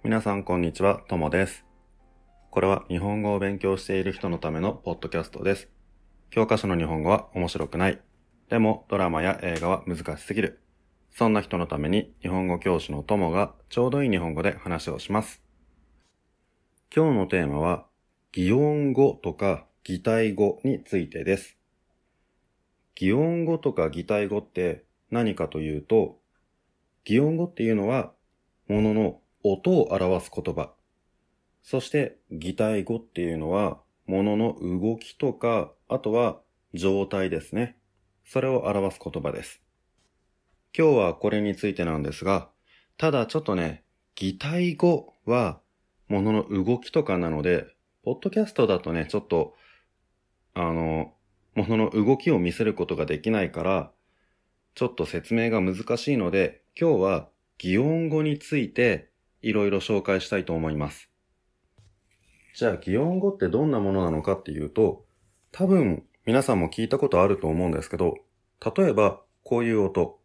皆さんこんにちは、ともです。これは日本語を勉強している人のためのポッドキャストです。教科書の日本語は面白くない。でもドラマや映画は難しすぎる。そんな人のために日本語教師のともがちょうどいい日本語で話をします。今日のテーマは擬音語とか擬態語についてです。擬音語とか擬態語って何かというと、擬音語っていうのはものの音を表す言葉。そして擬態語っていうのはものの動きとか、あとは状態ですね。それを表す言葉です。今日はこれについてなんですが、ただちょっとね、擬態語はものの動きとかなので、ポッドキャストだとね、ちょっとものの動きを見せることができないから、ちょっと説明が難しいので、今日は擬音語についていろいろ紹介したいと思います。じゃあ擬音語ってどんなものなのかっていうと、多分皆さんも聞いたことあると思うんですけど、例えばこういう音。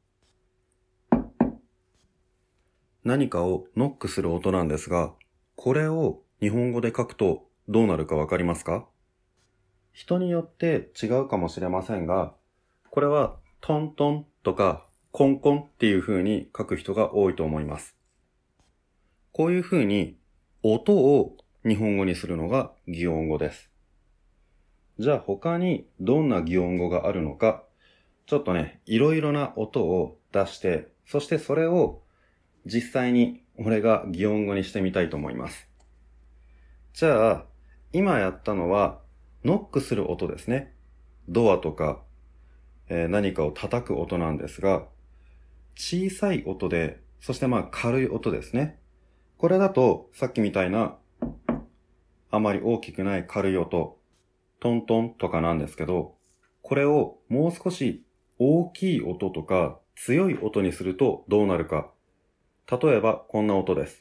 何かをノックする音なんですが、これを日本語で書くとどうなるかわかりますか？人によって違うかもしれませんが、これはトントンとかコンコンっていう風に書く人が多いと思います。こういう風に音を日本語にするのが擬音語です。じゃあ他にどんな擬音語があるのか、ちょっとね、いろいろな音を出して、そしてそれを実際に俺が擬音語にしてみたいと思います。じゃあ、今やったのはノックする音ですね。ドアとか、何かを叩く音なんですが、小さい音で、そして軽い音ですね。これだとさっきみたいなあまり大きくない軽い音、トントンとかなんですけど、これをもう少し大きい音とか強い音にするとどうなるか。例えばこんな音です。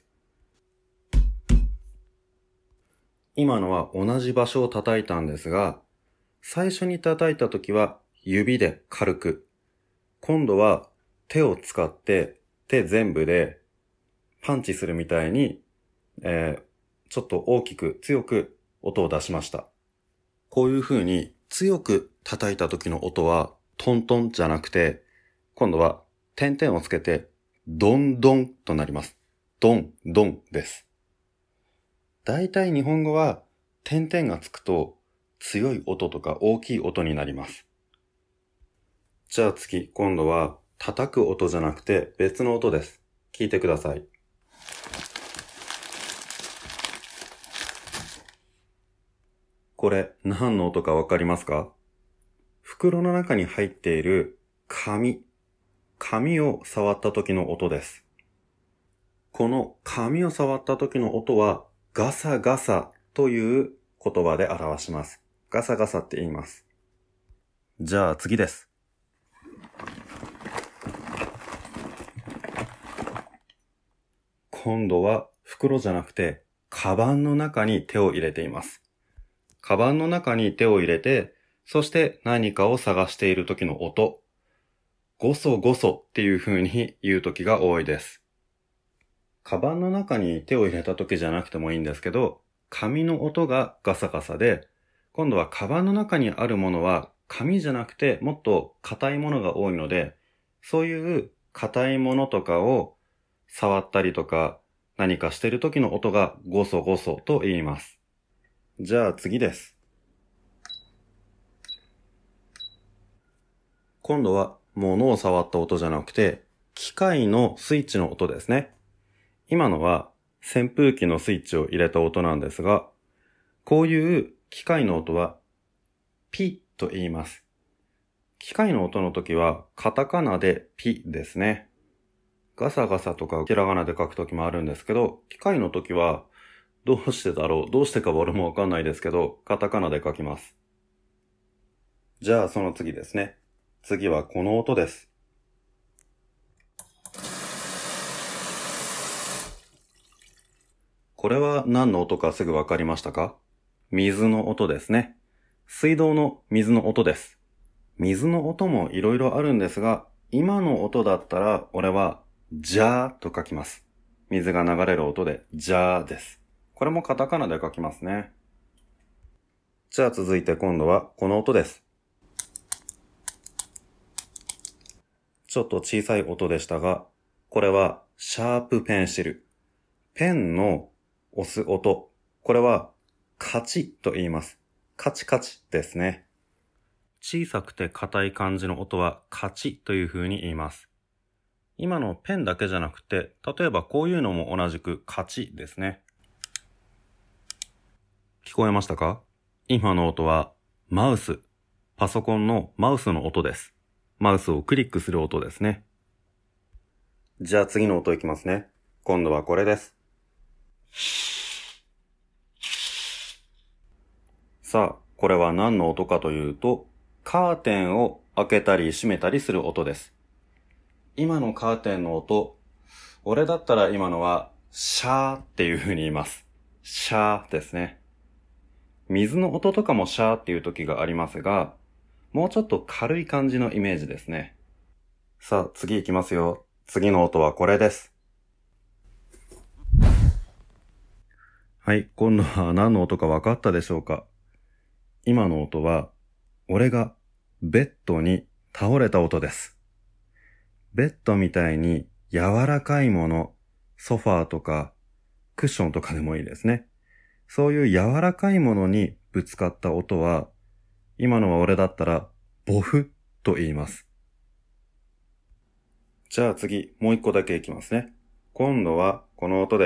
今のは同じ場所を叩いたんですが、最初に叩いたときは指で軽く、今度は手を使って手全部でパンチするみたいに、ちょっと大きく強く音を出しました。こういう風に強く叩いた時の音はトントンじゃなくて、今度は点々をつけてドンドンとなります。ドンドンです。だいたい日本語は点々がつくと強い音とか大きい音になります。じゃあ次、今度は叩く音じゃなくて別の音です。聞いてください。これ何の音かわかりますか？袋の中に入っている紙を触った時の音です。この紙を触った時の音はガサガサという言葉で表します。ガサガサって言います。じゃあ次です。今度は袋じゃなくてカバンの中に手を入れています。カバンの中に手を入れて、そして何かを探している時の音。ゴソゴソっていう風に言う時が多いです。カバンの中に手を入れた時じゃなくてもいいんですけど、紙の音がガサガサで、今度はカバンの中にあるものは紙じゃなくてもっと硬いものが多いので、そういう硬いものとかを触ったりとか何かしてる時の音がゴソゴソと言います。じゃあ次です。今度は物を触った音じゃなくて、機械のスイッチの音ですね。今のは扇風機のスイッチを入れた音なんですが、こういう機械の音はピと言います。機械の音の時はカタカナでピですね。ガサガサとかひらがなで書く時もあるんですけど、機械の時はどうしてだろう、どうしてか俺もわかんないですけど、カタカナで書きます。じゃあその次ですね。次はこの音です。これは何の音かすぐわかりましたか？水の音ですね。水道の水の音です。水の音もいろいろあるんですが、今の音だったら俺はジャーと書きます。 水が流れる音でジャーです。これもカタカナで書きますね。じゃあ続いて今度はこの音です。ちょっと小さい音でしたが、これはシャープペンシル。ペンの押す音。これはカチと言います。カチカチですね。小さくて硬い感じの音はカチという風に言います。今のペンだけじゃなくて、例えばこういうのも同じくカチですね。聞こえましたか？今の音はマウス。パソコンのマウスの音です。マウスをクリックする音ですね。じゃあ次の音いきますね。今度はこれです。さあ、これは何の音かというと、カーテンを開けたり閉めたりする音です。今のカーテンの音、俺だったら今のはシャーっていう風に言います。シャーですね。水の音とかもシャーっていう時がありますが、もうちょっと軽い感じのイメージですね。さあ、次行きますよ。次の音はこれです。はい、今度は何の音か分かったでしょうか？今の音は、俺がベッドに倒れた音です。ベッドみたいに柔らかいもの、ソファーとかクッションとかでもいいですね。そういう柔らかいものにぶつかった音は、今のは俺だったらボフと言います。じゃあ次、もう一個だけいきますね。今度はこの音です。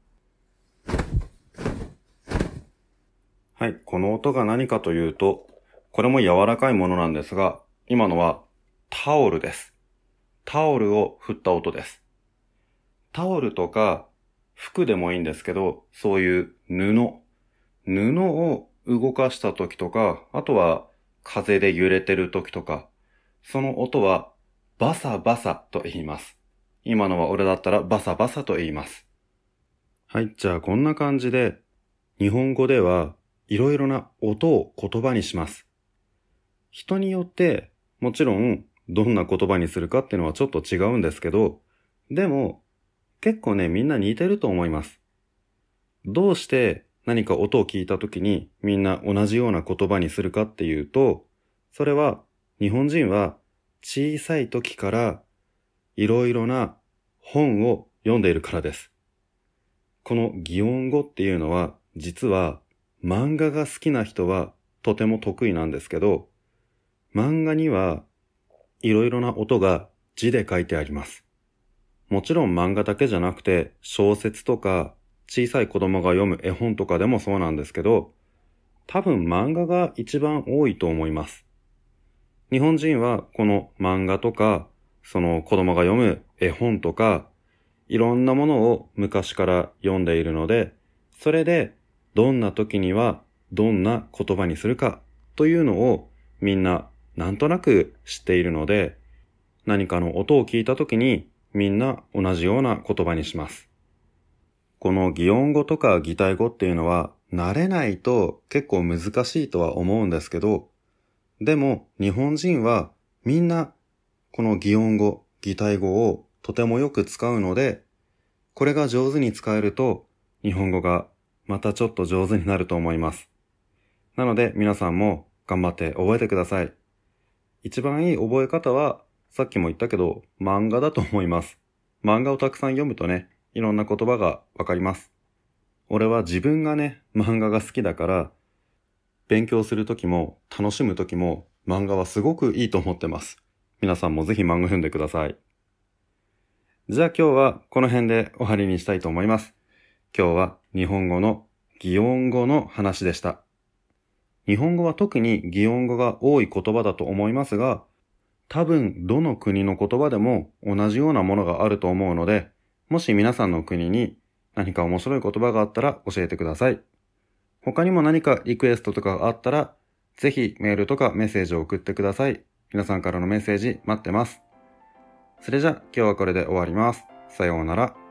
はい、この音が何かというと、これも柔らかいものなんですが、今のはタオルです。タオルを振った音です。タオルとか服でもいいんですけど、そういう布を動かした時とか、あとは風で揺れてる時とか、その音はバサバサと言います。今のは俺だったらバサバサと言います。はい、じゃあこんな感じで、日本語ではいろいろな音を言葉にします。人によってもちろんどんな言葉にするかっていうのはちょっと違うんですけど、でも結構ねみんな似てると思います。どうして何か音を聞いた時にみんな同じような言葉にするかっていうと、それは日本人は小さい時からいろいろな本を読んでいるからです。この擬音語っていうのは実は漫画が好きな人はとても得意なんですけど、漫画にはいろいろな音が字で書いてあります。もちろん漫画だけじゃなくて小説とか小さい子供が読む絵本とかでもそうなんですけど、多分漫画が一番多いと思います。日本人はこの漫画とか、その子供が読む絵本とか、いろんなものを昔から読んでいるので、それでどんな時にはどんな言葉にするかというのをみんななんとなく知っているので、何かの音を聞いた時にみんな同じような言葉にします。この擬音語とか擬態語っていうのは慣れないと結構難しいとは思うんですけど、でも日本人はみんなこの擬音語、擬態語をとてもよく使うので、これが上手に使えると日本語がまたちょっと上手になると思います。なので皆さんも頑張って覚えてください。一番いい覚え方はさっきも言ったけど漫画だと思います。漫画をたくさん読むとね、いろんな言葉がわかります。俺は自分がね、漫画が好きだから、勉強するときも楽しむときも漫画はすごくいいと思ってます。皆さんもぜひ漫画読んでください。じゃあ今日はこの辺で終わりにしたいと思います。今日は日本語の擬音語の話でした。日本語は特に擬音語が多い言葉だと思いますが、多分どの国の言葉でも同じようなものがあると思うので、もし皆さんの国に何か面白い言葉があったら教えてください。他にも何かリクエストとかがあったら、ぜひメールとかメッセージを送ってください。皆さんからのメッセージ待ってます。それじゃあ今日はこれで終わります。さようなら。